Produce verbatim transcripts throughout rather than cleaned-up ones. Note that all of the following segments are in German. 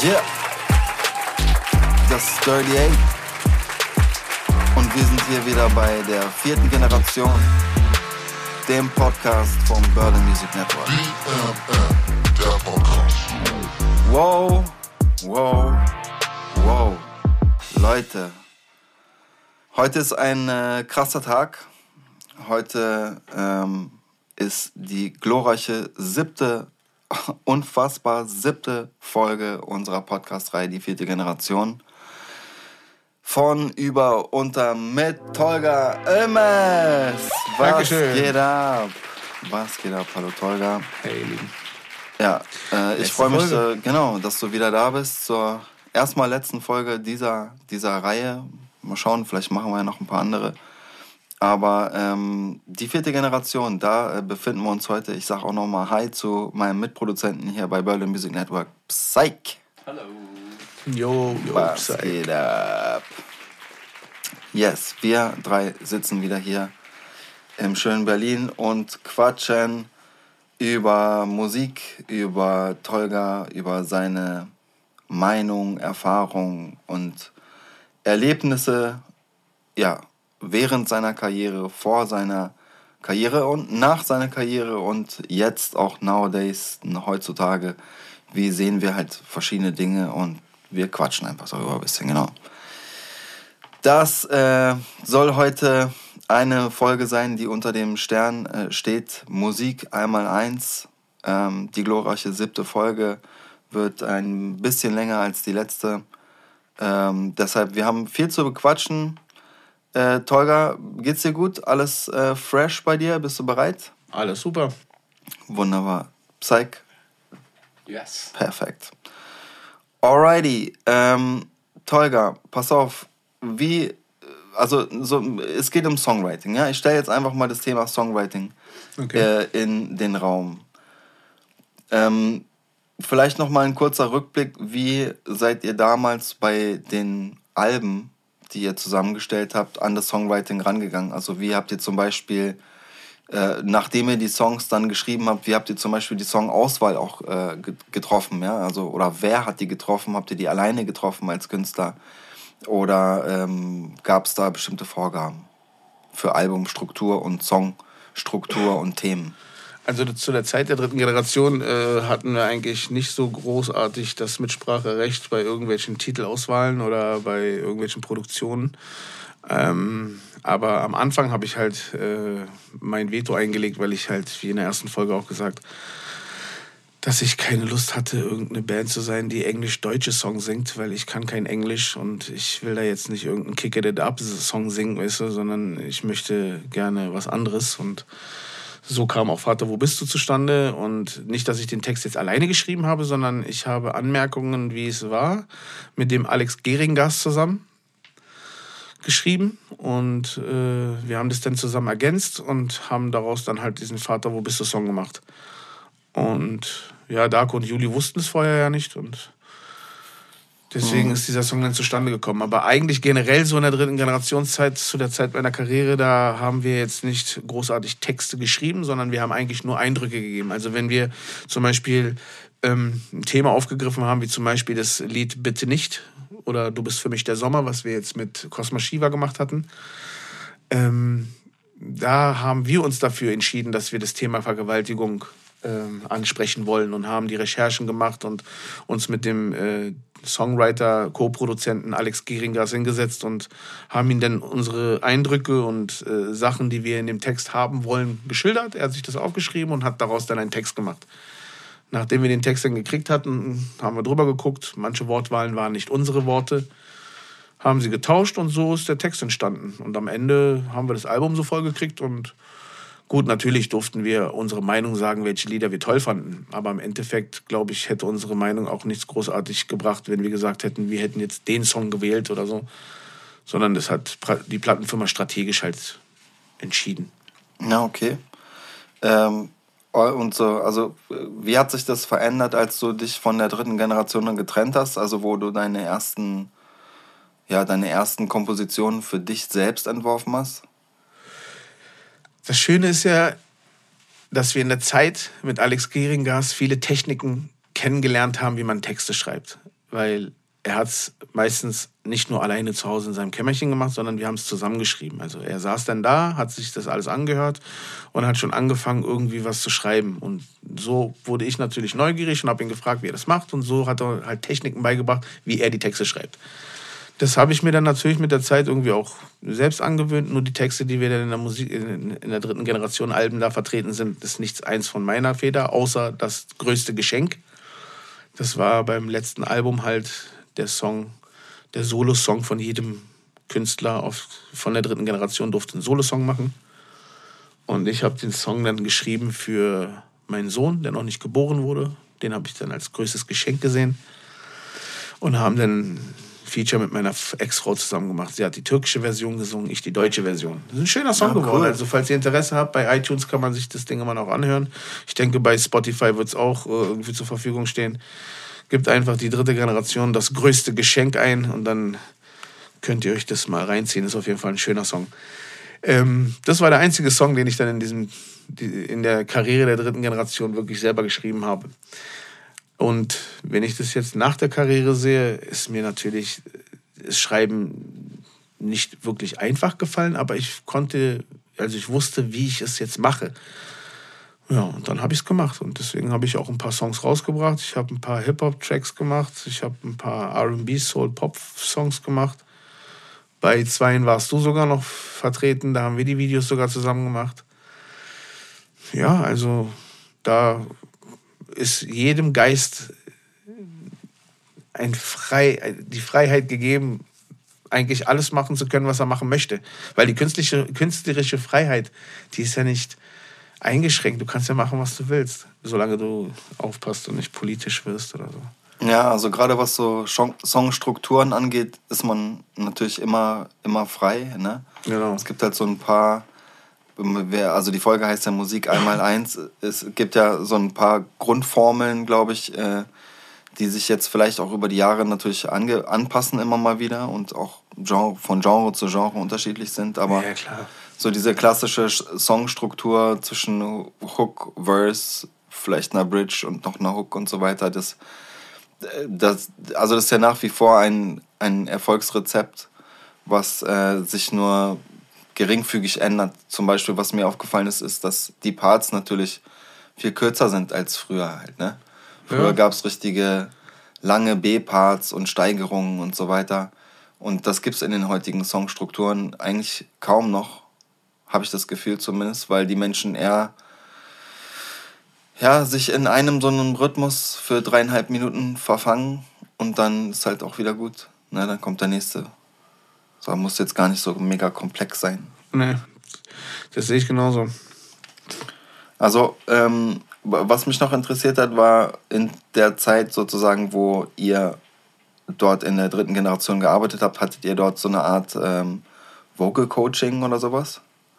Yeah, das ist Dirty Eight. Und wir sind hier wieder bei der vierten Generation, dem Podcast vom Berlin Music Network. B M N, der Podcast. Wow, wow, wow. Leute, heute ist ein äh, krasser Tag. Heute ähm, ist die glorreiche siebte, unfassbar siebte Folge unserer Podcast-Reihe, die vierte Generation. Von, über, unter, mit Tolga Ömes. Was Dankeschön. geht ab? Was geht ab? Hallo Tolga. Hey, ihr Lieben. Ja, äh, ich Letzte freue mich, Folge. äh, genau, dass du wieder da bist zur erstmal letzten Folge dieser, dieser Reihe. Mal schauen, vielleicht machen wir ja noch ein paar andere. Aber ähm, die vierte Generation, da äh, befinden wir uns heute. Ich sage auch nochmal Hi zu meinem Mitproduzenten hier bei Berlin Music Network, Psych. Hallo. Jo, jo, Was Psych. geht ab? Yes, wir drei sitzen wieder hier im schönen Berlin und quatschen über Musik, über Tolga, über seine Meinung, Erfahrung und Erlebnisse, ja, während seiner Karriere, vor seiner Karriere und nach seiner Karriere und jetzt auch nowadays, heutzutage, wie sehen wir halt verschiedene Dinge und wir quatschen einfach darüber ein bisschen, genau. Das äh, soll heute eine Folge sein, die unter dem Stern äh, steht, Musik einmal eins. Ähm, die glorreiche siebte Folge wird ein bisschen länger als die letzte. Ähm, deshalb, wir haben viel zu bequatschen. Äh, Tolga, geht's dir gut? Alles äh, fresh bei dir? Bist du bereit? Alles super. Wunderbar. Psych? Yes. Perfekt. Alrighty. Ähm, Tolga, pass auf. Wie, also so, es geht um Songwriting. Ja? Ich stelle jetzt einfach mal das Thema Songwriting Okay. äh, in den Raum. Ähm, vielleicht noch mal ein kurzer Rückblick. Wie seid ihr damals bei den Alben, die ihr zusammengestellt habt, an das Songwriting rangegangen? Also wie habt ihr zum Beispiel, äh, nachdem ihr die Songs dann geschrieben habt, wie habt ihr zum Beispiel die Songauswahl auch äh, getroffen? Ja? Also, oder wer hat die getroffen? Habt ihr die alleine getroffen als Künstler? Oder ähm, gab es da bestimmte Vorgaben für Albumstruktur und Songstruktur und Themen? Also zu der Zeit der dritten Generation äh, hatten wir eigentlich nicht so großartig das Mitspracherecht bei irgendwelchen Titelauswahlen oder bei irgendwelchen Produktionen. Ähm, aber am Anfang habe ich halt äh, mein Veto eingelegt, weil ich halt, wie in der ersten Folge auch gesagt, dass ich keine Lust hatte, irgendeine Band zu sein, die englisch-deutsche Songs singt, weil ich kann kein Englisch und ich will da jetzt nicht irgendeinen Kick It Up Song singen, weißt du, sondern ich möchte gerne was anderes. Und so kam auch Vater, wo bist du zustande? Und nicht, dass ich den Text jetzt alleine geschrieben habe, sondern ich habe Anmerkungen, wie es war, mit dem Alex Geringas zusammen geschrieben. Und äh, wir haben das dann zusammen ergänzt und haben daraus dann halt diesen Vater, wo bist du Song gemacht. Und ja, Darko und Juli wussten es vorher ja nicht und deswegen mhm. ist dieser Song dann zustande gekommen. Aber eigentlich generell so in der dritten Generationszeit, zu der Zeit meiner Karriere, da haben wir jetzt nicht großartig Texte geschrieben, sondern wir haben eigentlich nur Eindrücke gegeben. Also wenn wir zum Beispiel ähm, ein Thema aufgegriffen haben, wie zum Beispiel das Lied Bitte nicht oder Du bist für mich der Sommer, was wir jetzt mit Cosma Shiva gemacht hatten, ähm, da haben wir uns dafür entschieden, dass wir das Thema Vergewaltigung ansprechen wollen und haben die Recherchen gemacht und uns mit dem äh, Songwriter, Co-Produzenten Alex Geringas hingesetzt und haben ihm dann unsere Eindrücke und äh, Sachen, die wir in dem Text haben wollen, geschildert. Er hat sich das aufgeschrieben und hat daraus dann einen Text gemacht. Nachdem wir den Text dann gekriegt hatten, haben wir drüber geguckt. Manche Wortwahlen waren nicht unsere Worte. Haben sie getauscht und so ist der Text entstanden. Und am Ende haben wir das Album so voll gekriegt und gut, natürlich durften wir unsere Meinung sagen, welche Lieder wir toll fanden. Aber im Endeffekt, glaube ich, hätte unsere Meinung auch nichts großartig gebracht, wenn wir gesagt hätten, wir hätten jetzt den Song gewählt oder so. Sondern das hat die Plattenfirma strategisch halt entschieden. Ja, okay. Ähm, und so, also wie hat sich das verändert, als du dich von der dritten Generation dann getrennt hast? Also wo du deine ersten, ja, deine ersten Kompositionen für dich selbst entworfen hast? Das Schöne ist ja, dass wir in der Zeit mit Alex Geringas viele Techniken kennengelernt haben, wie man Texte schreibt. weil er hat es meistens nicht nur alleine zu Hause in seinem Kämmerchen gemacht, sondern wir haben es zusammengeschrieben. Also er saß dann da, hat sich das alles angehört und hat schon angefangen, irgendwie was zu schreiben. Und so wurde ich natürlich neugierig und habe ihn gefragt, wie er das macht. Und so hat er halt Techniken beigebracht, wie er die Texte schreibt. Das habe ich mir dann natürlich mit der Zeit irgendwie auch selbst angewöhnt. Nur die Texte, die wir dann in der Musik, in der dritten Generation Alben da vertreten sind, ist nichts eins von meiner Feder, außer das größte Geschenk. Das war beim letzten Album halt der Song, der Solo-Song von jedem Künstler auf, von der dritten Generation durfte einen Solo-Song machen. Und ich habe den Song dann geschrieben für meinen Sohn, der noch nicht geboren wurde. Den habe ich dann als größtes Geschenk gesehen. Und haben dann ein Feature mit meiner Ex-Frau zusammen gemacht. Sie hat die türkische Version gesungen, ich die deutsche Version. Das ist ein schöner Song ja, geworden. Cool. Also falls ihr Interesse habt, bei iTunes kann man sich das Ding immer noch anhören. Ich denke, bei Spotify wird es auch äh, irgendwie zur Verfügung stehen. Gibt einfach die dritte Generation, das größte Geschenk ein und dann könnt ihr euch das mal reinziehen. Das ist auf jeden Fall ein schöner Song. Ähm, das war der einzige Song, den ich dann in, diesem, die, in der Karriere der dritten Generation wirklich selber geschrieben habe. Und wenn ich das jetzt nach der Karriere sehe, ist mir natürlich das Schreiben nicht wirklich einfach gefallen, aber ich konnte, also ich wusste, wie ich es jetzt mache. Ja, und dann habe ich es gemacht und deswegen habe ich auch ein paar Songs rausgebracht. Ich habe ein paar Hip-Hop-Tracks gemacht, ich habe ein paar R and B, Soul-Pop-Songs gemacht. Bei Zweien warst du sogar noch vertreten, da haben wir die Videos sogar zusammen gemacht. Ja, also da ist jedem Geist ein Frei, die Freiheit gegeben, eigentlich alles machen zu können, was er machen möchte. Weil die künstliche, künstlerische Freiheit, die ist ja nicht eingeschränkt. Du kannst ja machen, was du willst, solange du aufpasst und nicht politisch wirst oder so. Ja, also gerade was so Songstrukturen angeht, ist man natürlich immer, immer frei. Ne? Genau. Es gibt halt so ein paar, also die Folge heißt ja Musik einmal eins. Es gibt ja so ein paar Grundformeln, glaube ich, die sich jetzt vielleicht auch über die Jahre natürlich ange- anpassen immer mal wieder und auch Genre, von Genre zu Genre unterschiedlich sind. Aber ja, klar. So diese klassische Songstruktur zwischen Hook, Verse, vielleicht einer Bridge und noch einer Hook und so weiter, das, das, also das ist ja nach wie vor ein, ein Erfolgsrezept, was äh, sich nur geringfügig ändert. Zum Beispiel, was mir aufgefallen ist, ist, dass die Parts natürlich viel kürzer sind als früher halt, ne? Früher ja. gab es richtige lange B-Parts und Steigerungen und so weiter. Und das gibt es in den heutigen Songstrukturen eigentlich kaum noch, habe ich das Gefühl zumindest, weil die Menschen eher ja, sich in einem so einem Rhythmus für dreieinhalb Minuten verfangen und dann ist halt auch wieder gut. Ne, dann kommt der nächste. So, muss jetzt gar nicht so mega komplex sein. Nee, das sehe ich genauso. Also, ähm, was mich noch interessiert hat, war in der Zeit sozusagen, wo ihr dort in der dritten Generation gearbeitet habt, hattet ihr dort so eine Art ähm, Vocal Coaching oder sowas?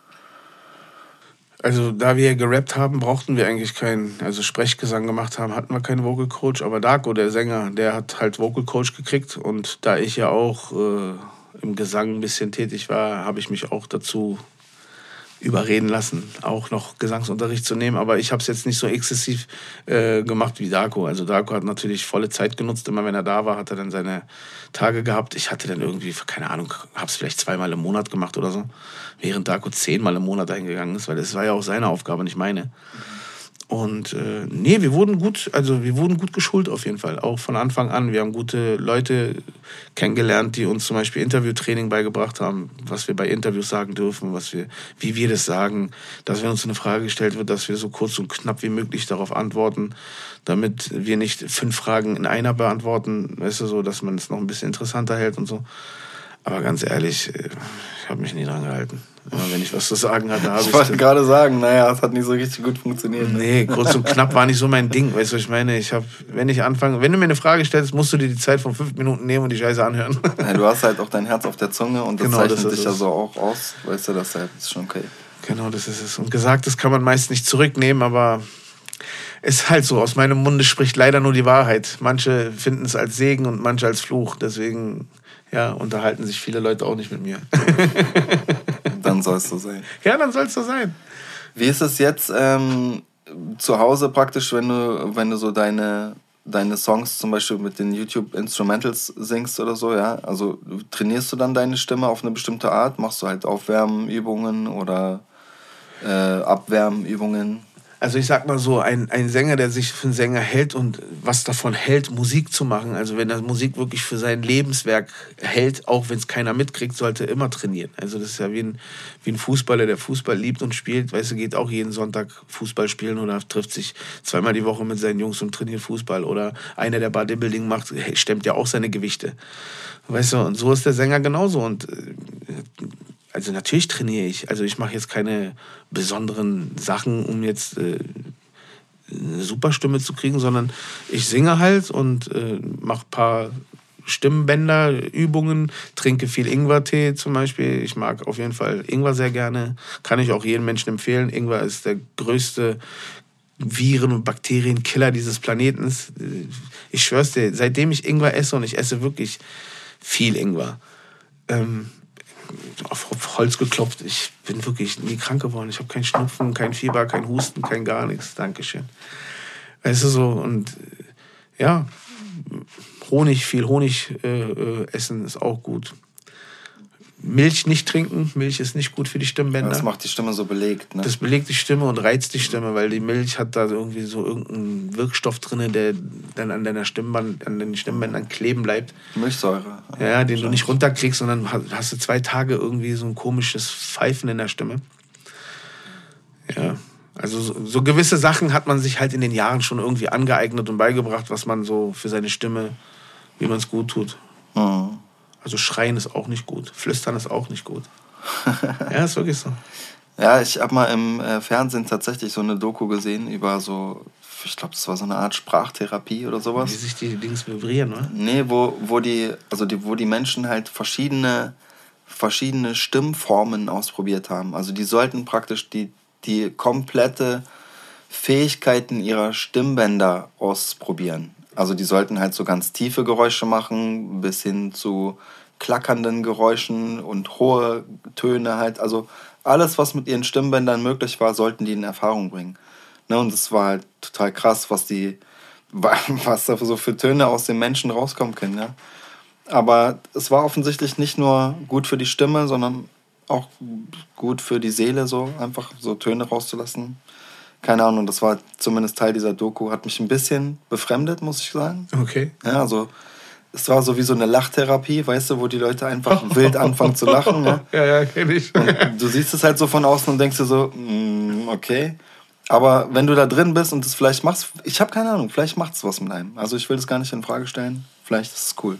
Also da wir gerappt haben, brauchten wir eigentlich keinen, also Sprechgesang gemacht haben, hatten wir keinen Vocal Coach, aber Darko, der Sänger, der hat halt Vocal Coach gekriegt und da ich ja auch äh, im Gesang ein bisschen tätig war, habe ich mich auch dazu überreden lassen, auch noch Gesangsunterricht zu nehmen, aber ich habe es jetzt nicht so exzessiv äh, gemacht wie Darko. Also Darko hat natürlich volle Zeit genutzt, immer wenn er da war, hat er dann seine Tage gehabt. Ich hatte dann irgendwie, keine Ahnung, habe es vielleicht zweimal im Monat gemacht oder so, während Darko zehnmal im Monat eingegangen ist, weil das war ja auch seine Aufgabe, nicht meine. Und äh, nee, wir wurden gut, also wir wurden gut geschult auf jeden Fall, auch von Anfang an. Wir haben gute Leute kennengelernt, die uns zum Beispiel Interviewtraining beigebracht haben, was wir bei Interviews sagen dürfen, was wir, wie wir das sagen, dass wenn uns eine Frage gestellt wird, dass wir so kurz und knapp wie möglich darauf antworten, damit wir nicht fünf Fragen in einer beantworten, weißt du, so, dass man es noch ein bisschen interessanter hält und so. Aber ganz ehrlich, ich habe mich nie dran gehalten. Immer wenn ich was zu sagen hatte, habe ich... Ich wollte gerade sagen, naja, es hat nicht so richtig gut funktioniert. Nee, kurz und knapp war nicht so mein Ding. Weißt du, was ich meine? Ich habe, wenn ich anfange, wenn du mir eine Frage stellst, musst du dir die Zeit von fünf Minuten nehmen und die Scheiße anhören. Ja, du hast halt auch dein Herz auf der Zunge und das genau, zeichnet das dich ja so auch aus. Weißt du, das ist schon okay. Genau, das ist es. Und Gesagtes kann man meist nicht zurücknehmen, aber ist halt so. Aus meinem Munde spricht leider nur die Wahrheit. Manche finden es als Segen und manche als Fluch. Deswegen... Ja, unterhalten sich viele Leute auch nicht mit mir. Dann soll es so sein. Ja, dann soll es so sein. Wie ist es jetzt ähm, zu Hause praktisch, wenn du, wenn du so deine deine Songs zum Beispiel mit den YouTube-Instrumentals singst oder so, ja, also trainierst du dann deine Stimme auf eine bestimmte Art? Machst du halt Aufwärmübungen oder äh, Abwärmübungen? Also ich sag mal so, ein, ein Sänger, der sich für einen Sänger hält und was davon hält, Musik zu machen, also wenn er Musik wirklich für sein Lebenswerk hält, auch wenn es keiner mitkriegt, sollte er immer trainieren. Also das ist ja wie ein, wie ein Fußballer, der Fußball liebt und spielt, weißt du, geht auch jeden Sonntag Fußball spielen oder trifft sich zweimal die Woche mit seinen Jungs und trainiert Fußball. Oder einer, der Bodybuilding macht, stemmt ja auch seine Gewichte. Weißt du, und so ist der Sänger genauso. Und also natürlich trainiere ich. Also ich mache jetzt keine besonderen Sachen, um jetzt äh, eine Superstimme zu kriegen, sondern ich singe halt und äh, mache ein paar Stimmbänderübungen, trinke viel Ingwertee zum Beispiel. Ich mag auf jeden Fall Ingwer sehr gerne. Kann ich auch jedem Menschen empfehlen. Ingwer ist der größte Viren- und Bakterienkiller dieses Planetens. Ich schwör's dir, seitdem ich Ingwer esse, und ich esse wirklich viel Ingwer, ähm, auf Holz geklopft, ich bin wirklich nie krank geworden. Ich habe keinen Schnupfen, kein Fieber, kein Husten, kein gar nichts. Dankeschön. Weißt du so, und ja, Honig, viel Honig äh, äh, essen ist auch gut. Milch nicht trinken, Milch ist nicht gut für die Stimmbänder. Das macht die Stimme so belegt, ne? Das belegt die Stimme und reizt die Stimme, weil die Milch hat da irgendwie so irgendeinen Wirkstoff drin, der dann an deiner Stimmband, an den Stimmbändern kleben bleibt. Milchsäure. Ja, den du nicht runterkriegst, und dann hast du zwei Tage irgendwie so ein komisches Pfeifen in der Stimme. Ja, also so, so gewisse Sachen hat man sich halt in den Jahren schon irgendwie angeeignet und beigebracht, was man so für seine Stimme, wie man es gut tut. Mhm. Also schreien ist auch nicht gut, flüstern ist auch nicht gut. Ja, ist wirklich so. Ja, ich habe mal im äh, Fernsehen tatsächlich so eine Doku gesehen über so, ich glaube, das war so eine Art Sprachtherapie oder sowas. Wie sich die Dings vibrieren, oder? Nee, wo, wo, die, also die, wo die Menschen halt verschiedene, verschiedene Stimmformen ausprobiert haben. Also die sollten praktisch die, die komplette Fähigkeiten ihrer Stimmbänder ausprobieren. Also die sollten halt so ganz tiefe Geräusche machen, bis hin zu klackernden Geräuschen und hohe Töne halt. Also alles, was mit ihren Stimmbändern möglich war, sollten die in Erfahrung bringen. Ne, und das war halt total krass, was die, was da so für Töne aus den Menschen rauskommen können. Ja? Aber es war offensichtlich nicht nur gut für die Stimme, sondern auch gut für die Seele, so einfach so Töne rauszulassen. Keine Ahnung, das war zumindest Teil dieser Doku, hat mich ein bisschen befremdet, muss ich sagen. Okay. Ja, also es war so wie so eine Lachtherapie, weißt du, wo die Leute einfach wild anfangen zu lachen. Ja, ja, ja, kenn ich. Und du siehst es halt so von außen und denkst dir so, mm, okay. Aber wenn du da drin bist und das vielleicht machst, ich habe keine Ahnung, vielleicht macht es was mit einem. Also ich will das gar nicht in Frage stellen, vielleicht ist es cool.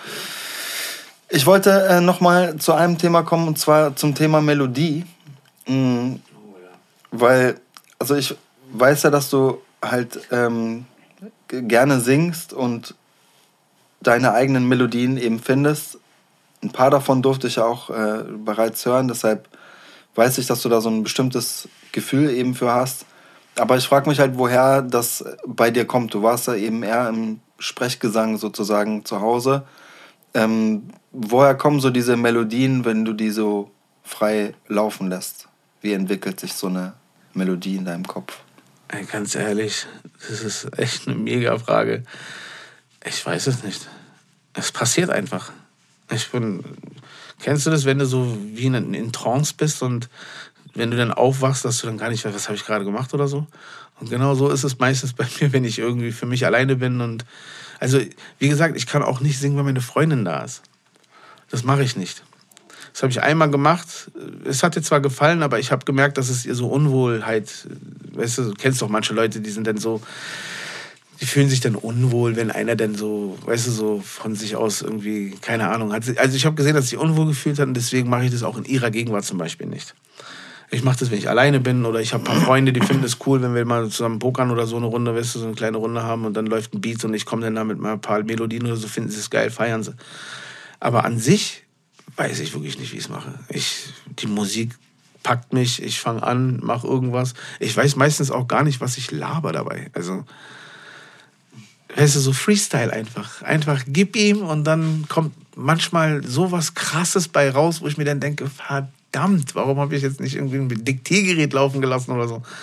Ich wollte äh, nochmal zu einem Thema kommen, und zwar zum Thema Melodie. Mhm. Weil, also ich weiß ja, dass du halt ähm, gerne singst und deine eigenen Melodien eben findest. Ein paar davon durfte ich ja auch äh, bereits hören, deshalb weiß ich, dass du da so ein bestimmtes Gefühl eben für hast. Aber ich frage mich halt, woher das bei dir kommt. Du warst ja eben eher im Sprechgesang sozusagen zu Hause. Ähm, woher kommen so diese Melodien, wenn du die so frei laufen lässt? Wie entwickelt sich so eine Melodie in deinem Kopf? Ey, ganz ehrlich, das ist echt eine mega Frage. Ich weiß es nicht. Es passiert einfach. Ich bin. Kennst du das, wenn du so wie in, in Trance bist und wenn du dann aufwachst, dass du dann gar nicht weißt, was habe ich gerade gemacht oder so? Und genau so ist es meistens bei mir, wenn ich irgendwie für mich alleine bin. Und also, wie gesagt, ich kann auch nicht singen, wenn meine Freundin da ist. Das mache ich nicht. Das habe ich einmal gemacht. Es hat ihr zwar gefallen, aber ich habe gemerkt, dass es ihr so Unwohlheit, weißt du, du kennst doch manche Leute, die sind dann so, die fühlen sich dann unwohl, wenn einer dann so, weißt du, so von sich aus irgendwie, keine Ahnung hat. Also ich habe gesehen, dass sie sich unwohl gefühlt hat, und deswegen mache ich das auch in ihrer Gegenwart zum Beispiel nicht. Ich mache das, wenn ich alleine bin, oder ich habe ein paar Freunde, die finden es cool, wenn wir mal zusammen pokern oder so eine Runde, weißt du, so eine kleine Runde haben und dann läuft ein Beat und ich komme dann da mit mal ein paar Melodien oder so, finden sie es geil, feiern sie. Aber an sich weiß ich wirklich nicht, wie ich es mache. Ich, die Musik packt mich, ich fange an, mache irgendwas. Ich weiß meistens auch gar nicht, was ich laber dabei. Also, weißt du, so Freestyle einfach. Einfach gib ihm, und dann kommt manchmal sowas Krasses bei raus, wo ich mir dann denke, verdammt, warum habe ich jetzt nicht irgendwie ein Diktiergerät laufen gelassen oder so?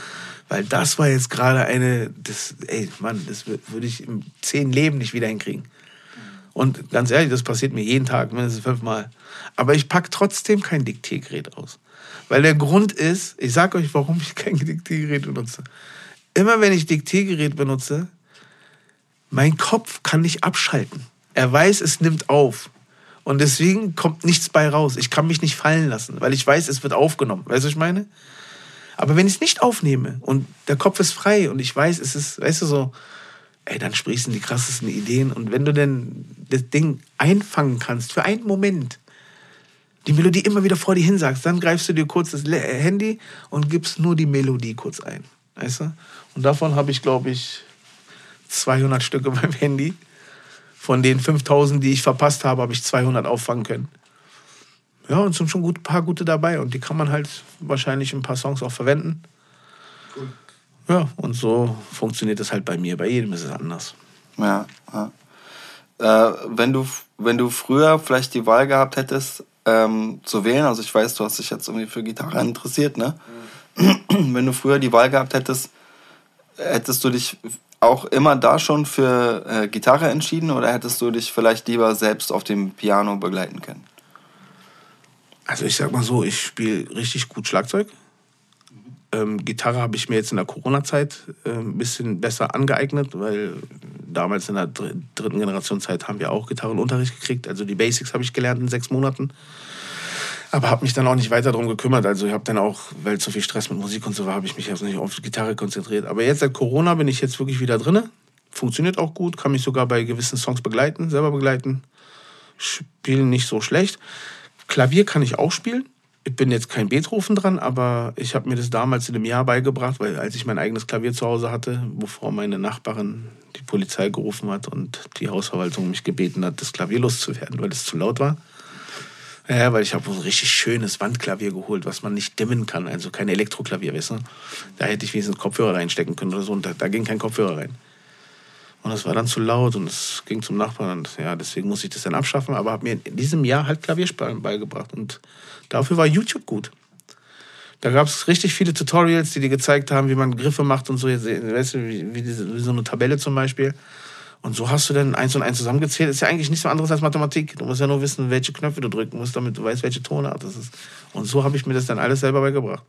Weil das war jetzt gerade eine, das, ey, Mann, das würde ich im zehn Leben nicht wieder hinkriegen. Und ganz ehrlich, das passiert mir jeden Tag, mindestens fünfmal. Aber ich packe trotzdem kein Diktiergerät aus. Weil der Grund ist, ich sag euch, warum ich kein Diktiergerät benutze. Immer wenn ich Diktiergerät benutze, mein Kopf kann nicht abschalten. Er weiß, es nimmt auf. Und deswegen kommt nichts bei raus. Ich kann mich nicht fallen lassen, weil ich weiß, es wird aufgenommen. Weißt du, was ich meine? Aber wenn ich es nicht aufnehme und der Kopf ist frei und ich weiß, es ist, weißt du, so, ey, dann sprießen die krassesten Ideen. Und wenn du denn das Ding einfangen kannst für einen Moment, die Melodie immer wieder vor dir hinsagst, dann greifst du dir kurz das Handy und gibst nur die Melodie kurz ein. Weißt du? Und davon habe ich, glaube ich, zweihundert Stücke beim Handy. Von den fünftausend, die ich verpasst habe, habe ich zweihundert auffangen können. Ja, und es sind schon ein paar gute dabei. Und die kann man halt wahrscheinlich in ein paar Songs auch verwenden. Cool. Ja, und so funktioniert das halt bei mir. Bei jedem ist es anders. Ja, ja. Äh, wenn du, wenn du früher vielleicht die Wahl gehabt hättest, ähm, zu wählen, also ich weiß, du hast dich jetzt irgendwie für Gitarre interessiert, ne? Mhm. Wenn du früher die Wahl gehabt hättest, hättest du dich auch immer da schon für äh, Gitarre entschieden oder hättest du dich vielleicht lieber selbst auf dem Piano begleiten können? Also ich sag mal so, ich spiele richtig gut Schlagzeug. Mhm. Ähm, Gitarre habe ich mir jetzt in der Corona-Zeit äh, ein bisschen besser angeeignet, weil damals in der dr- dritten Generationszeit haben wir auch Gitarrenunterricht gekriegt. Also die Basics habe ich gelernt in sechs Monaten. Aber habe mich dann auch nicht weiter darum gekümmert. Also ich habe dann auch, weil zu viel Stress mit Musik und so war, habe ich mich also nicht auf die Gitarre konzentriert. Aber jetzt seit Corona bin ich jetzt wirklich wieder drin. Funktioniert auch gut, kann mich sogar bei gewissen Songs begleiten, selber begleiten. Spielen nicht so schlecht. Klavier kann ich auch spielen. Ich bin jetzt kein Beethoven dran, aber ich habe mir das damals in einem Jahr beigebracht, weil als ich mein eigenes Klavier zu Hause hatte, bevor meine Nachbarin die Polizei gerufen hat und die Hausverwaltung mich gebeten hat, das Klavier loszuwerden, weil es zu laut war. Ja, weil ich habe so ein richtig schönes Wandklavier geholt, was man nicht dimmen kann, also kein Elektroklavier, weißt du? Da hätte ich wenigstens Kopfhörer reinstecken können oder so und da, da ging kein Kopfhörer rein. Und das war dann zu laut und es ging zum Nachbarn und ja, deswegen musste ich das dann abschaffen, aber habe mir in diesem Jahr halt Klavierspielen beigebracht und dafür war YouTube gut. Da gab es richtig viele Tutorials, die dir gezeigt haben, wie man Griffe macht und so, weißt du, wie, wie, diese, wie so eine Tabelle zum Beispiel. Und so hast du dann eins und eins zusammengezählt. Ist ja eigentlich nichts anderes als Mathematik. Du musst ja nur wissen, welche Knöpfe du drücken musst, damit du weißt, welche Tonart das ist. Und so habe ich mir das dann alles selber beigebracht.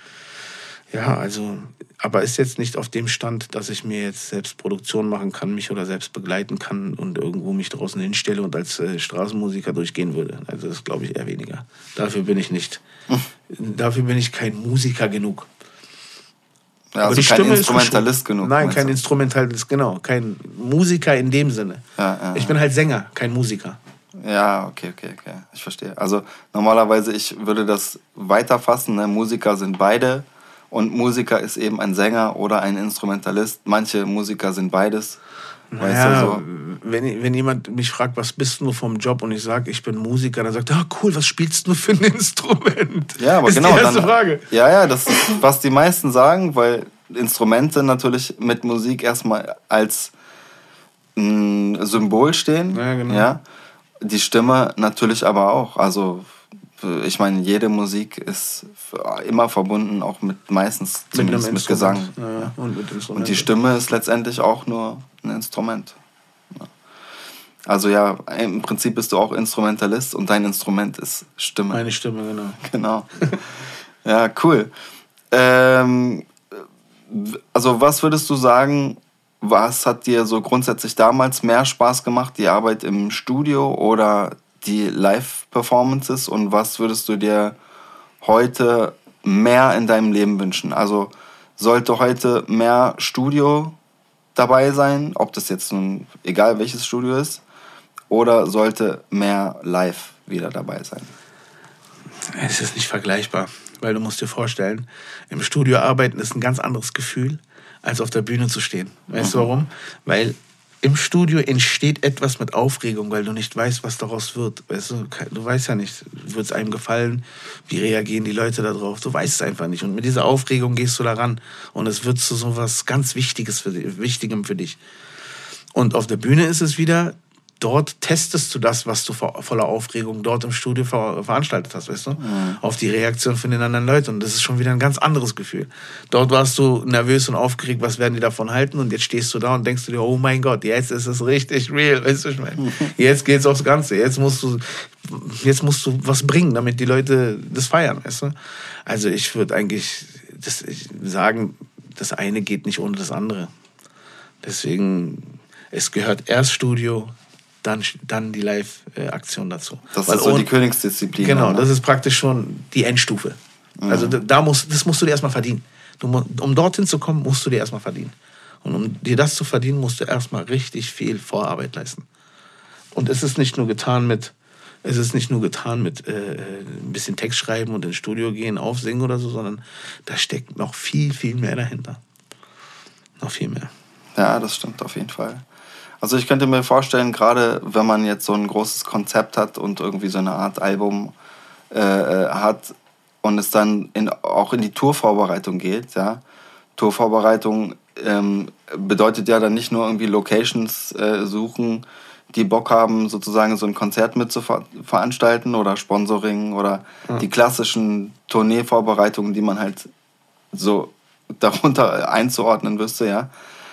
Ja, also, aber ist jetzt nicht auf dem Stand, dass ich mir jetzt selbst Produktion machen kann, mich oder selbst begleiten kann und irgendwo mich draußen hinstelle und als äh, Straßenmusiker durchgehen würde. Also das glaube ich eher weniger. Dafür bin ich nicht. Hm. Dafür bin ich kein Musiker genug. Ja, also aber die kein Stimme Instrumentalist ist genug. Nein, kein du? Instrumentalist, genau. Kein Musiker in dem Sinne. Ja, ja, ich bin halt Sänger, kein Musiker. Ja, okay, okay, okay. Ich verstehe. Also normalerweise, ich würde das weiterfassen. Ne? Musiker sind beide. Und Musiker ist eben ein Sänger oder ein Instrumentalist. Manche Musiker sind beides. Weißt naja, du, so. wenn, wenn jemand mich fragt, was bist du vom Job und ich sage, ich bin Musiker, dann sagt er, ah, cool, was spielst du für ein Instrument? Ja, aber ist genau. Die erste dann, Frage. Ja, ja, das ist, was die meisten sagen, weil Instrumente natürlich mit Musik erstmal als mh, Symbol stehen. Ja, genau. Ja? Die Stimme natürlich aber auch. Also ich meine, jede Musik ist immer verbunden, auch mit meistens zumindest mit, mit Gesang. Ja, ja. Und, mit und die Stimme ist letztendlich auch nur ein Instrument. Ja. Also ja, im Prinzip bist du auch Instrumentalist und dein Instrument ist Stimme. Meine Stimme, genau. Genau. Ja, cool. Ähm, also was würdest du sagen, was hat dir so grundsätzlich damals mehr Spaß gemacht, die Arbeit im Studio oder die Live-Performances, und was würdest du dir heute mehr in deinem Leben wünschen? Also sollte heute mehr Studio dabei sein, ob das jetzt nun egal welches Studio ist, oder sollte mehr Live wieder dabei sein? Es ist nicht vergleichbar, weil du musst dir vorstellen, im Studio arbeiten ist ein ganz anderes Gefühl, als auf der Bühne zu stehen. Weißt mhm. du warum? Weil im Studio entsteht etwas mit Aufregung, weil du nicht weißt, was daraus wird. Weißt du, du weißt ja nicht, wird es einem gefallen, wie reagieren die Leute da drauf, du weißt es einfach nicht. Und mit dieser Aufregung gehst du da ran und es wird zu so was ganz Wichtiges für dich, Wichtigem für dich. Und auf der Bühne ist es wieder, dort testest du das, was du vor, voller Aufregung dort im Studio ver, veranstaltet hast, weißt du? Mhm. Auf die Reaktion von den anderen Leuten. Und das ist schon wieder ein ganz anderes Gefühl. Dort warst du nervös und aufgeregt, was werden die davon halten? Und jetzt stehst du da und denkst du dir, oh mein Gott, jetzt ist es richtig real, weißt du, ich meine. Jetzt geht's aufs Ganze. Jetzt musst du, jetzt musst du was bringen, damit die Leute das feiern, weißt du? Also ich würde eigentlich das, ich sagen, das eine geht nicht ohne das andere. Deswegen, es gehört erst Studio, dann, dann die Live-Aktion dazu. Das Weil ist so ohne, die Königsdisziplin. Genau, ne? das ist praktisch schon die Endstufe. Mhm. Also da musst, das musst du dir erstmal verdienen. Du, um dorthin zu kommen, musst du dir erstmal verdienen. Und um dir das zu verdienen, musst du erstmal richtig viel Vorarbeit leisten. Und es ist nicht nur getan mit, es ist nicht nur getan mit äh, ein bisschen Text schreiben und ins Studio gehen, aufsingen oder so, sondern da steckt noch viel, viel mehr dahinter. Noch viel mehr. Ja, das stimmt auf jeden Fall. Also ich könnte mir vorstellen, gerade wenn man jetzt so ein großes Konzept hat und irgendwie so eine Art Album äh, hat und es dann in, auch in die Tourvorbereitung geht, ja. Tourvorbereitung ähm, bedeutet ja dann nicht nur irgendwie Locations äh, suchen, die Bock haben, sozusagen so ein Konzert mit zu ver- veranstalten oder Sponsoring oder ja. die klassischen Tourneevorbereitungen, die man halt so darunter einzuordnen wüsste, ja.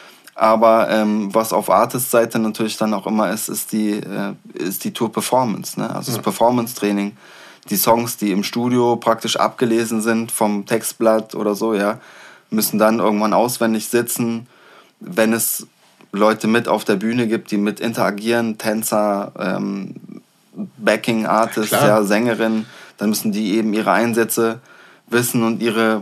Aber ähm, was auf Artist-Seite natürlich dann auch immer ist, ist die, äh, ist die Tour-Performance, ne? Also ja. das Performance-Training. Die Songs, die im Studio praktisch abgelesen sind vom Textblatt oder so, ja, müssen dann irgendwann auswendig sitzen. Wenn es Leute mit auf der Bühne gibt, die mit interagieren, Tänzer, ähm, Backing-Artists, ja, ja, Sängerinnen, dann müssen die eben ihre Einsätze wissen und ihre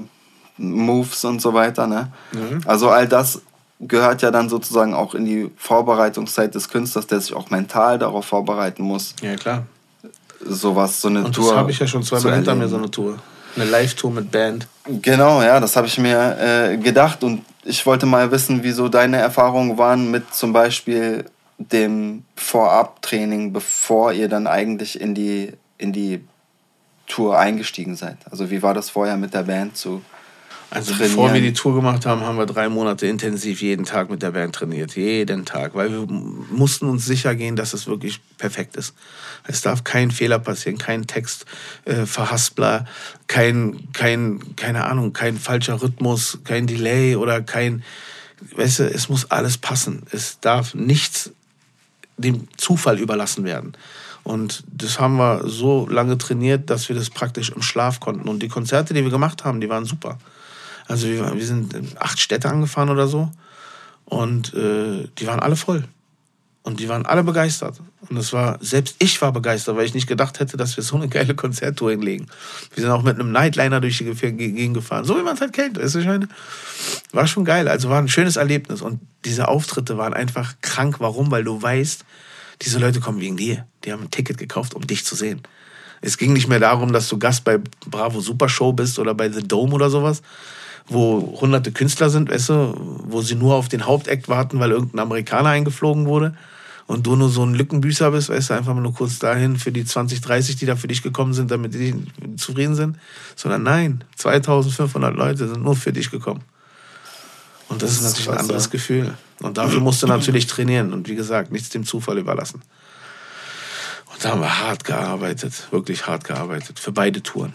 Moves und so weiter, ne? Mhm. Also all das gehört ja dann sozusagen auch in die Vorbereitungszeit des Künstlers, der sich auch mental darauf vorbereiten muss. Ja, klar. Sowas, so eine und Tour. Und das habe ich ja schon zweimal hinter mir, so eine Tour. Eine Live-Tour mit Band. Genau, ja, das habe ich mir äh, gedacht. Und ich wollte mal wissen, wieso deine Erfahrungen waren mit zum Beispiel dem Vorabtraining, bevor ihr dann eigentlich in die, in die Tour eingestiegen seid. Also wie war das vorher mit der Band zu Also trainieren? Bevor wir die Tour gemacht haben, haben wir drei Monate intensiv jeden Tag mit der Band trainiert. Jeden Tag. Weil wir mussten uns sicher gehen, dass es wirklich perfekt ist. Es darf kein Fehler passieren, kein Text äh, Verhaspler, kein, kein, keine Ahnung, kein falscher Rhythmus, kein Delay oder kein, weißt du, es muss alles passen. Es darf nichts dem Zufall überlassen werden. Und das haben wir so lange trainiert, dass wir das praktisch im Schlaf konnten. Und die Konzerte, die wir gemacht haben, die waren super. Also wir, wir sind in acht Städte angefahren oder so und äh, die waren alle voll. Und die waren alle begeistert. Und das war, selbst ich war begeistert, weil ich nicht gedacht hätte, dass wir so eine geile Konzerttour hinlegen. Wir sind auch mit einem Nightliner durch die Gegend gefahren, so wie man es halt kennt. Weißt du, ich meine, war schon geil, also war ein schönes Erlebnis. Und diese Auftritte waren einfach krank. Warum? Weil du weißt, diese Leute kommen wegen dir. Die haben ein Ticket gekauft, um dich zu sehen. Es ging nicht mehr darum, dass du Gast bei Bravo Super Show bist oder bei The Dome oder sowas, wo hunderte Künstler sind, weißt du, wo sie nur auf den Hauptakt warten, weil irgendein Amerikaner eingeflogen wurde und du nur so ein Lückenbüßer bist, weißt du, einfach mal nur kurz dahin für die zwanzig, dreißig, die da für dich gekommen sind, damit die zufrieden sind. Sondern nein, zweitausendfünfhundert Leute sind nur für dich gekommen. Und das, das ist natürlich ein anderes ja. Gefühl. Und dafür musst du natürlich trainieren und wie gesagt, nichts dem Zufall überlassen. Und da haben wir hart gearbeitet, wirklich hart gearbeitet, für beide Touren.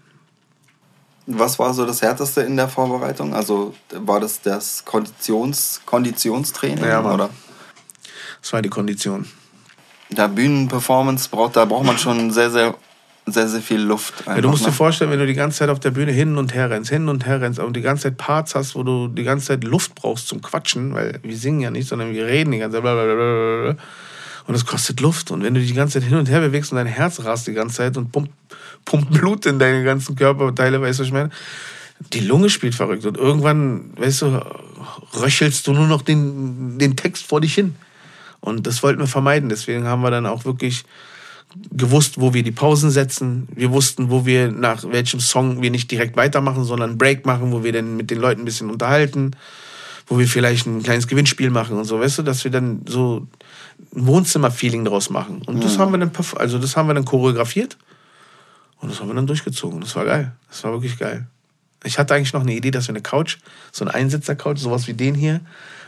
Was war so das Härteste in der Vorbereitung? Also war das das Konditions- Konditionstraining? Ja, Mann. Oder? Das war die Kondition. Ja, Bühnenperformance, braucht, da braucht man schon sehr, sehr, sehr, sehr viel Luft. Ja, du musst ne? dir vorstellen, wenn du die ganze Zeit auf der Bühne hin und her rennst, hin und her rennst und die ganze Zeit Parts hast, wo du die ganze Zeit Luft brauchst zum Quatschen, weil wir singen ja nicht, sondern wir reden die ganze Zeit blablabla. Und es kostet Luft. Und wenn du dich die ganze Zeit hin und her bewegst und dein Herz rast die ganze Zeit und pumpt, pumpt Blut in deine ganzen Körperteile, weißt du, was ich meine? Die Lunge spielt verrückt. Und irgendwann, weißt du, röchelst du nur noch den, den Text vor dich hin. Und das wollten wir vermeiden. Deswegen haben wir dann auch wirklich gewusst, wo wir die Pausen setzen. Wir wussten, wo wir nach welchem Song wir nicht direkt weitermachen, sondern einen Break machen, wo wir dann mit den Leuten ein bisschen unterhalten, wo wir vielleicht ein kleines Gewinnspiel machen und so, weißt du, dass wir dann so ein Wohnzimmer-Feeling daraus machen. Und das, mhm. haben wir dann, also das haben wir dann choreografiert und das haben wir dann durchgezogen. Das war geil. Das war wirklich geil. Ich hatte eigentlich noch eine Idee, dass wir eine Couch, so eine Einsitzer-Couch, sowas wie den hier,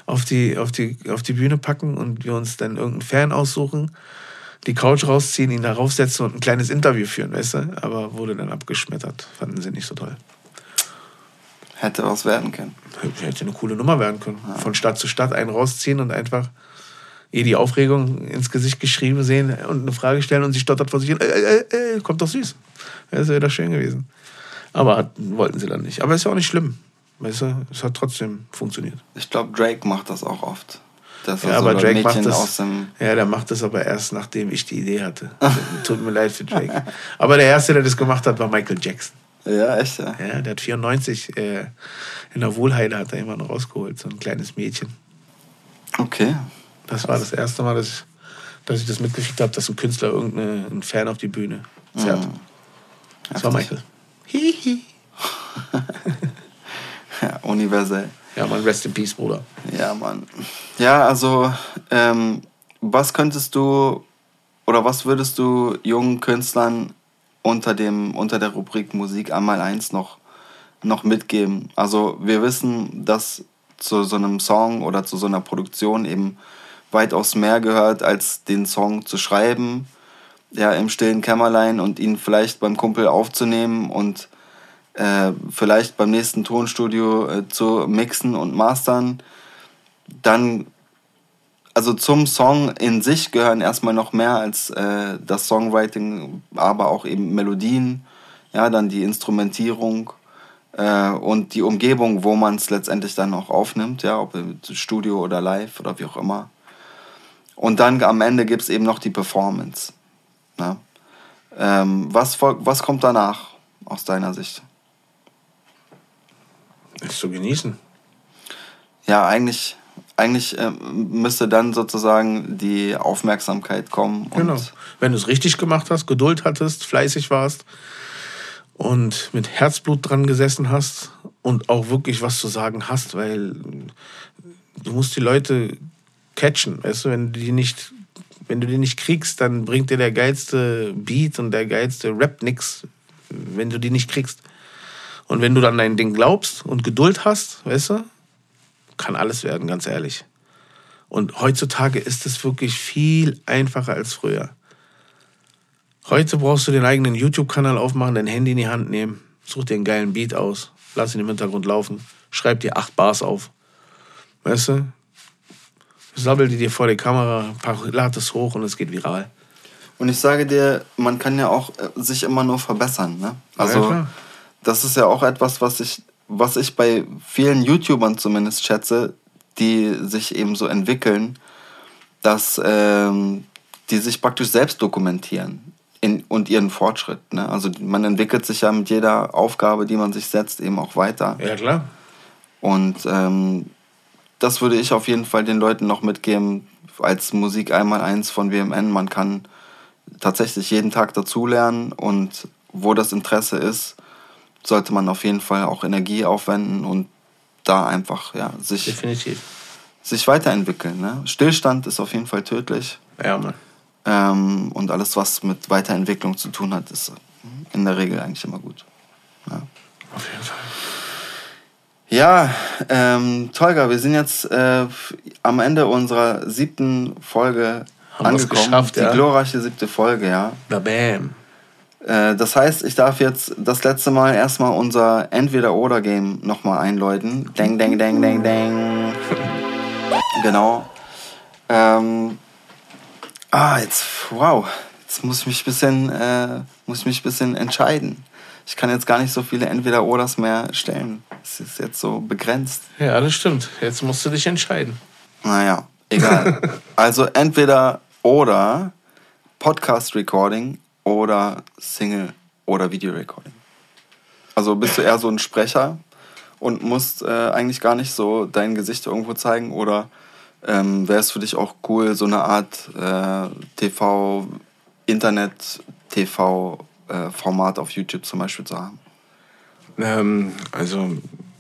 auf die, auf die, auf die Bühne packen und wir uns dann irgendeinen Fan aussuchen, die Couch rausziehen, ihn da raufsetzen und ein kleines Interview führen, weißt du? Aber wurde dann abgeschmettert. Fanden sie nicht so toll. Hätte was werden können. Hätte eine coole Nummer werden können. Ja. Von Stadt zu Stadt einen rausziehen und einfach eh die Aufregung ins Gesicht geschrieben sehen und eine Frage stellen und sie stottert vor sich hin. Äh, äh, äh, kommt doch süß. Das wäre doch schön gewesen. Aber hat, wollten sie dann nicht. Aber ist ja auch nicht schlimm. Weißt du, es hat trotzdem funktioniert. Ich glaube, Drake macht das auch oft. Das ja, aber so Drake macht das. Ja, der macht das aber erst, nachdem ich die Idee hatte. Tut mir leid für Drake. Aber der Erste, der das gemacht hat, war Michael Jackson. Ja, echt, ja. Ja, der hat vierundneunzig äh, in der Wohlheide hat er immer noch rausgeholt, so ein kleines Mädchen. Okay. Das war das erste Mal, dass ich, dass ich das mitgekriegt habe, dass ein Künstler irgendeinen Fan auf die Bühne zerrt. Mhm. Das war Michael. Hihi. Ja, universell. Ja, Mann, rest in peace, Bruder. Ja, Mann. Ja, also, ähm, was könntest du oder was würdest du jungen Künstlern unter, dem, unter der Rubrik Musik einmal eins noch, noch mitgeben? Also, wir wissen, dass zu so einem Song oder zu so einer Produktion eben weitaus mehr gehört, als den Song zu schreiben, ja, im stillen Kämmerlein und ihn vielleicht beim Kumpel aufzunehmen und Äh, vielleicht beim nächsten Tonstudio äh, zu mixen und mastern. Dann, also zum Song in sich gehören erstmal noch mehr als äh, das Songwriting, aber auch eben Melodien, ja, dann die Instrumentierung äh, und die Umgebung, wo man es letztendlich dann auch aufnimmt, ja, ob im Studio oder live oder wie auch immer. Und dann am Ende gibt es eben noch die Performance. Ja. Ähm, was, was kommt danach aus deiner Sicht? Ist zu genießen. Ja, eigentlich, eigentlich äh, müsste dann sozusagen die Aufmerksamkeit kommen. Und genau. Wenn du es richtig gemacht hast, Geduld hattest, fleißig warst und mit Herzblut dran gesessen hast und auch wirklich was zu sagen hast, weil du musst die Leute catchen, weißt du, wenn du die nicht, wenn du die nicht kriegst, dann bringt dir der geilste Beat und der geilste Rap nix, wenn du die nicht kriegst. Und wenn du dann dein Ding glaubst und Geduld hast, weißt du, kann alles werden, ganz ehrlich. Und heutzutage ist es wirklich viel einfacher als früher. Heute brauchst du den eigenen YouTube-Kanal aufmachen, dein Handy in die Hand nehmen, such dir einen geilen Beat aus, lass ihn im Hintergrund laufen, schreib dir acht Bars auf. Weißt du? Sabbel die dir vor der Kamera, lad es hoch und es geht viral. Und ich sage dir, man kann ja auch sich immer nur verbessern, ne? Also, ja, klar. Das ist ja auch etwas, was ich, was ich bei vielen YouTubern zumindest schätze, die sich eben so entwickeln, dass ähm, die sich praktisch selbst dokumentieren in, und ihren Fortschritt. Ne? Also man entwickelt sich ja mit jeder Aufgabe, die man sich setzt, eben auch weiter. Ja, klar. Und ähm, das würde ich auf jeden Fall den Leuten noch mitgeben, als Musik einmal eins von W M N. Man kann tatsächlich jeden Tag dazulernen und wo das Interesse ist, sollte man auf jeden Fall auch Energie aufwenden und da einfach ja, sich, Definitiv. sich weiterentwickeln. Ne? Stillstand ist auf jeden Fall tödlich. Ja, Mann. Ähm, und alles, was mit Weiterentwicklung zu tun hat, ist in der Regel eigentlich immer gut. Ja. Auf jeden Fall. Ja, ähm, Tolga, wir sind jetzt äh, am Ende unserer siebten Folge Haben angekommen. Geschafft, die ja. glorreiche siebte Folge, ja. Bam. Das heißt, ich darf jetzt das letzte Mal erstmal unser Entweder-Oder-Game nochmal einläuten. Deng, deng, deng, deng, deng. Genau. Ähm, ah, jetzt, wow. Jetzt muss ich mich ein bisschen, äh, muss ich mich ein bisschen entscheiden. Ich kann jetzt gar nicht so viele Entweder-Oders mehr stellen. Es ist jetzt so begrenzt. Ja, das stimmt. Jetzt musst du dich entscheiden. Naja, egal. Also entweder oder Podcast-Recording oder Single- oder Video-Recording. Also bist du eher so ein Sprecher und musst äh, eigentlich gar nicht so dein Gesicht irgendwo zeigen oder ähm, wäre es für dich auch cool, so eine Art äh, T V, Internet-T V-Format äh, auf YouTube zum Beispiel zu haben? Ähm, also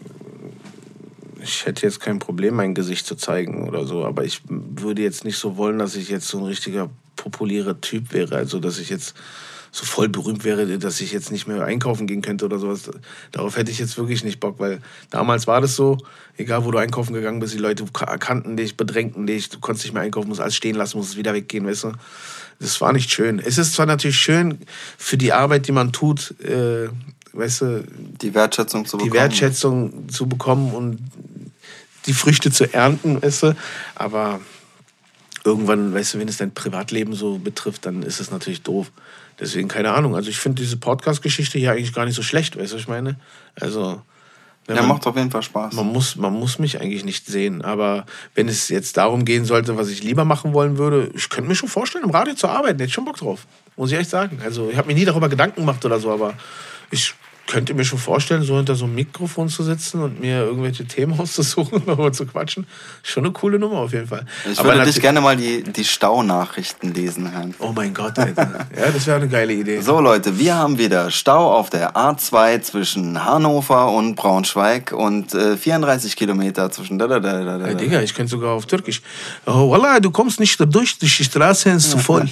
ich hätte jetzt kein Problem, mein Gesicht zu zeigen oder so, aber ich würde jetzt nicht so wollen, dass ich jetzt so ein richtiger populärer Typ wäre, also dass ich jetzt so voll berühmt wäre, dass ich jetzt nicht mehr einkaufen gehen könnte oder sowas. Darauf hätte ich jetzt wirklich nicht Bock, weil damals war das so, egal wo du einkaufen gegangen bist, die Leute kannten dich, bedrängten dich, du konntest nicht mehr einkaufen, musst alles stehen lassen, musst wieder weggehen, weißt du. Das war nicht schön. Es ist zwar natürlich schön für die Arbeit, die man tut, äh, weißt du, die Wertschätzung zu bekommen. Die Wertschätzung zu bekommen und die Früchte zu ernten, weißt du, aber irgendwann, weißt du, wenn es dein Privatleben so betrifft, dann ist es natürlich doof. Deswegen, keine Ahnung. Also ich finde diese Podcast-Geschichte hier eigentlich gar nicht so schlecht, weißt du, was ich meine? Also, ja, man, macht auf jeden Fall Spaß. Man muss, man muss mich eigentlich nicht sehen, aber wenn es jetzt darum gehen sollte, was ich lieber machen wollen würde, ich könnte mir schon vorstellen, im Radio zu arbeiten, hätte ich schon Bock drauf. Muss ich echt sagen. Also ich habe mir nie darüber Gedanken gemacht oder so, aber ich könnte mir schon vorstellen, so hinter so einem Mikrofon zu sitzen und mir irgendwelche Themen auszusuchen oder zu quatschen. Schon eine coole Nummer auf jeden Fall. Ich Aber würde dich gerne mal die, die Staunachrichten lesen hören. Oh mein Gott, Alter. Ja, das wäre eine geile Idee. So Leute, wir haben wieder Stau auf der A zwei zwischen Hannover und Braunschweig und äh, vierunddreißig Kilometer zwischen da, da, da, da, da. Hey, Digga, ich könnte sogar auf Türkisch. Oh, Wallah, du kommst nicht durch, die Straße ist zu voll.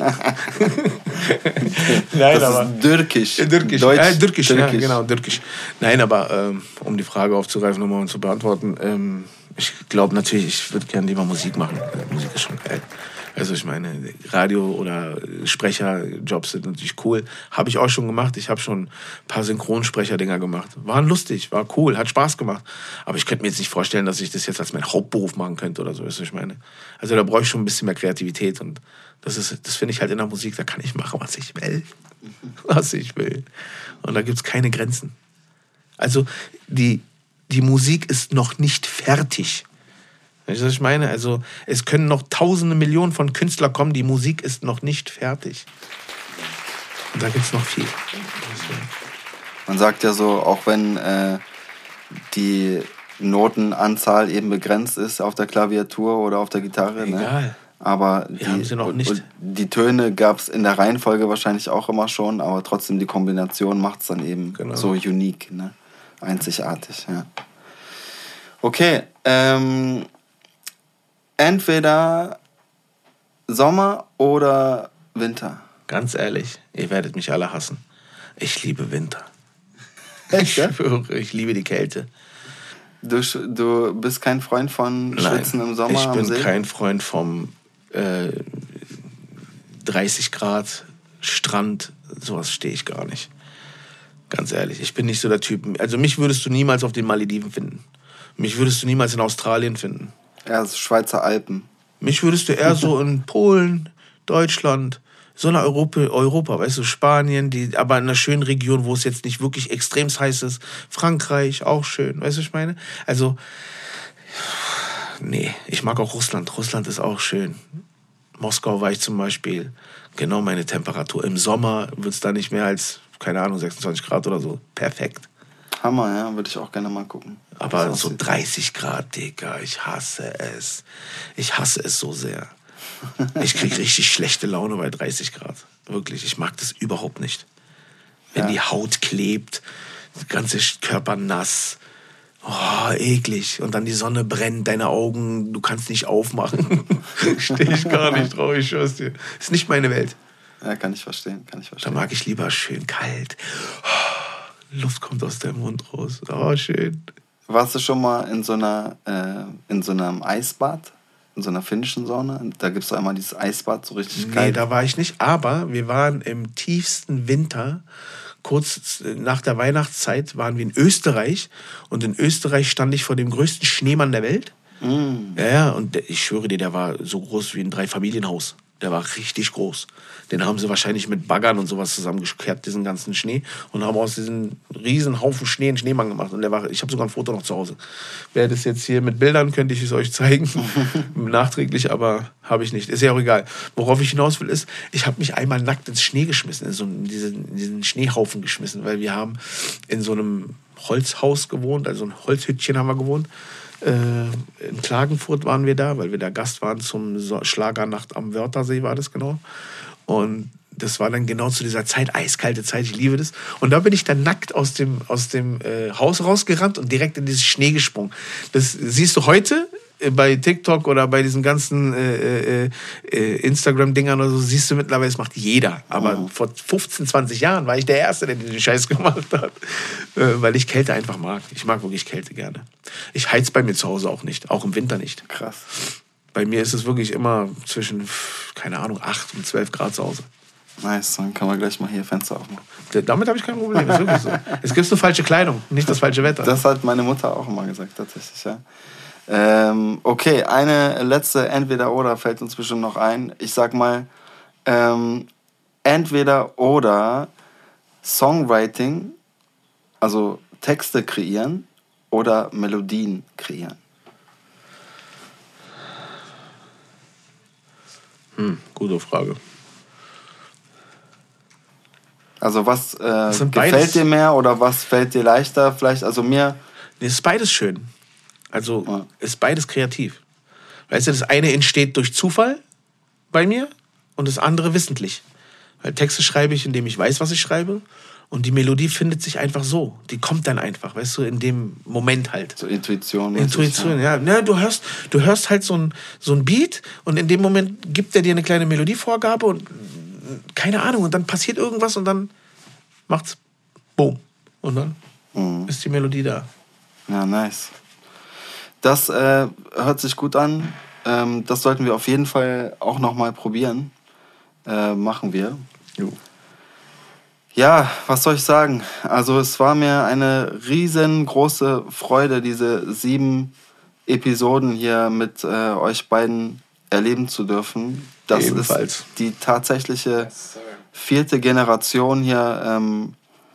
Nein, das aber ist Türkisch. Türkisch, Deutsch, äh, Türkisch, Türkisch. Ja, genau, Türkisch. Nein, aber ähm, um die Frage aufzugreifen nochmal und zu beantworten, ähm, ich glaube natürlich, ich würde gerne lieber Musik machen. Musik ist schon geil. Also ich meine, Radio- oder Sprecherjobs sind natürlich cool. Habe ich auch schon gemacht. Ich habe schon ein paar Synchronsprecher-Dinger gemacht. Waren lustig, war cool, hat Spaß gemacht. Aber ich könnte mir jetzt nicht vorstellen, dass ich das jetzt als meinen Hauptberuf machen könnte oder so, weißt du, was ich meine. Also da brauche ich schon ein bisschen mehr Kreativität und das ist, das finde ich halt in der Musik, da kann ich machen, was ich will. Was ich will. Und da gibt es keine Grenzen. Also die, die Musik ist noch nicht fertig. Weißt du, was ich meine? Also es können noch tausende Millionen von Künstlern kommen, die Musik ist noch nicht fertig. Und da gibt es noch viel. Man sagt ja so, auch wenn äh, die Notenanzahl eben begrenzt ist auf der Klaviatur oder auf der Gitarre, egal. Ne? Aber Wir die, haben sie noch nicht. Und die Töne gab es in der Reihenfolge wahrscheinlich auch immer schon, aber trotzdem die Kombination macht es dann eben genau. so unique, ne? Einzigartig. Ja. Okay, ähm, entweder Sommer oder Winter. Ganz ehrlich, ihr werdet mich alle hassen. Ich liebe Winter. Echt, ja? Ich schwöre, ich liebe die Kälte. Du, du bist kein Freund von Schwitzen Nein, im Sommer ich am bin See? kein Freund vom äh, dreißig Grad Strand. Sowas stehe ich gar nicht. Ganz ehrlich, ich bin nicht so der Typ. Also mich würdest du niemals auf den Malediven finden. Mich würdest du niemals in Australien finden. Ja, das Schweizer Alpen. Mich würdest du eher so in Polen, Deutschland, so eine Europa, Europa, weißt du, Spanien, die, aber in einer schönen Region, wo es jetzt nicht wirklich extrem heiß ist. Frankreich, auch schön, weißt du, was ich meine? Also, nee, ich mag auch Russland. Russland ist auch schön. Moskau war ich zum Beispiel. Genau meine Temperatur. Im Sommer wird es da nicht mehr als, keine Ahnung, sechsundzwanzig Grad oder so. Perfekt. Hammer, ja, würde ich auch gerne mal gucken. Aber so dreißig Grad, Digga, ich hasse es. Ich hasse es so sehr. Ich krieg richtig schlechte Laune bei dreißig Grad. Wirklich, ich mag das überhaupt nicht. Wenn Ja. die Haut klebt, der ganze Körper nass. Oh, eklig. Und dann die Sonne brennt, deine Augen, du kannst nicht aufmachen. Stehe ich gar nicht drauf, ich schwör's dir. Ist nicht meine Welt. Ja, kann ich verstehen, kann ich Da verstehen. mag ich lieber schön kalt. Luft kommt aus deinem Mund raus. Oh, schön. Warst du schon mal in so einer, äh, in so einem Eisbad? In so einer finnischen Sauna? Da gibt es doch einmal dieses Eisbad, so richtig Nee, kalt. da war ich nicht. Aber wir waren im tiefsten Winter, kurz nach der Weihnachtszeit, waren wir in Österreich. Und in Österreich stand ich vor dem größten Schneemann der Welt. Mm. Ja, ja, und der, ich schwöre dir, der war so groß wie ein Dreifamilienhaus. Der war richtig groß. Den haben sie wahrscheinlich mit Baggern und sowas zusammengekehrt, diesen ganzen Schnee. Und haben aus diesem riesen Haufen Schnee einen Schneemann gemacht. Und der war, ich habe sogar ein Foto noch zu Hause. Wäre das jetzt hier mit Bildern, könnte ich es euch zeigen. Nachträglich, aber habe ich nicht. Ist ja auch egal. Worauf ich hinaus will, ist, ich habe mich einmal nackt ins Schnee geschmissen. In so einen, diesen, in diesen Schneehaufen geschmissen. Weil wir haben in so einem Holzhaus gewohnt, also ein Holzhüttchen haben wir gewohnt. Äh, in Klagenfurt waren wir da, weil wir da Gast waren zum so- Schlagernacht am Wörthersee, war das genau. Und das war dann genau zu dieser Zeit, eiskalte Zeit, ich liebe das. Und da bin ich dann nackt aus dem, aus dem äh, Haus rausgerannt und direkt in dieses Schnee gesprungen. Das siehst du heute bei TikTok oder bei diesen ganzen äh, äh, Instagram-Dingern oder so, siehst du mittlerweile, es macht jeder. Aber oh. vor fünfzehn, zwanzig Jahren war ich der Erste, der den Scheiß gemacht hat. Äh, weil ich Kälte einfach mag. Ich mag wirklich Kälte gerne. Ich heiz bei mir zu Hause auch nicht. Auch im Winter nicht. Krass. Bei mir ist es wirklich immer zwischen, keine Ahnung, acht und zwölf Grad zu Hause. Nice, dann kann man gleich mal hier Fenster aufmachen. Damit habe ich kein Problem, ist wirklich so. Es gibt nur falsche Kleidung, nicht das falsche Wetter. Das hat meine Mutter auch immer gesagt, tatsächlich, ja. Ähm, okay, eine letzte Entweder-Oder fällt uns bestimmt noch ein. Ich sag mal, ähm, entweder oder Songwriting, also Texte kreieren oder Melodien kreieren. Hm, gute Frage. Also was äh, gefällt beides. dir mehr oder was fällt dir leichter? Vielleicht, also mir... Nee, es ist beides schön. Also ja. ist beides kreativ. Weißt du, das eine entsteht durch Zufall bei mir und das andere wissentlich. Weil Texte schreibe ich, indem ich weiß, was ich schreibe. Und die Melodie findet sich einfach so. Die kommt dann einfach, weißt du, in dem Moment halt. So Intuition. Intuition, ja. ja. Du hörst, du hörst halt so ein, so ein Beat und in dem Moment gibt er dir eine kleine Melodievorgabe und keine Ahnung, und dann passiert irgendwas und dann macht's Boom. Und dann mhm. ist die Melodie da. Ja, nice. Das äh, hört sich gut an. Ähm, das sollten wir auf jeden Fall auch nochmal probieren. Äh, machen wir. Jo. Ja, was soll ich sagen? Also es war mir eine riesengroße Freude, diese sieben Episoden hier mit äh, euch beiden erleben zu dürfen. Das Ebenfalls. ist die tatsächliche vierte Generation hier. Ähm,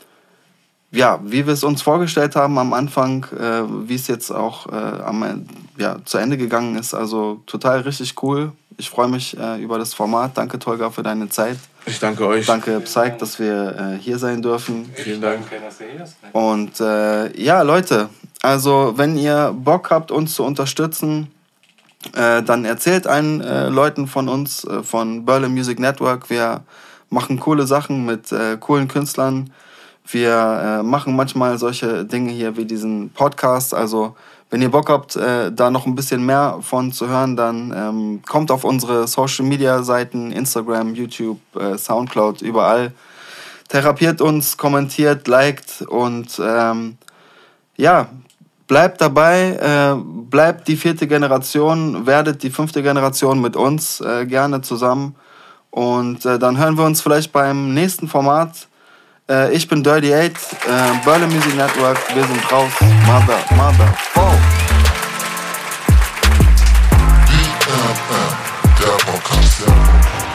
ja, wie wir es uns vorgestellt haben am Anfang, äh, wie es jetzt auch äh, am, ja, zu Ende gegangen ist. Also total richtig cool. Ich freue mich äh, über das Format. Danke, Tolga, für deine Zeit. Ich danke euch. Danke, Psych, dass wir äh, hier sein dürfen. Vielen Dank. Und äh, ja, Leute, also wenn ihr Bock habt, uns zu unterstützen, äh, dann erzählt allen äh, Leuten von uns, äh, von Berlin Music Network. Wir machen coole Sachen mit äh, coolen Künstlern. Wir äh, machen manchmal solche Dinge hier wie diesen Podcast. Also wenn ihr Bock habt, äh, da noch ein bisschen mehr von zu hören, dann ähm, kommt auf unsere Social-Media-Seiten, Instagram, YouTube, äh, Soundcloud, überall. Therapiert uns, kommentiert, liked und ähm, ja, bleibt dabei, äh, bleibt die vierte Generation, werdet die fünfte Generation mit uns äh, gerne zusammen. Und äh, dann hören wir uns vielleicht beim nächsten Format. Äh, ich bin Dirty Eight, äh, Berlin Music Network, wir sind raus. Mother, mother, oh. B M M, der Podcast.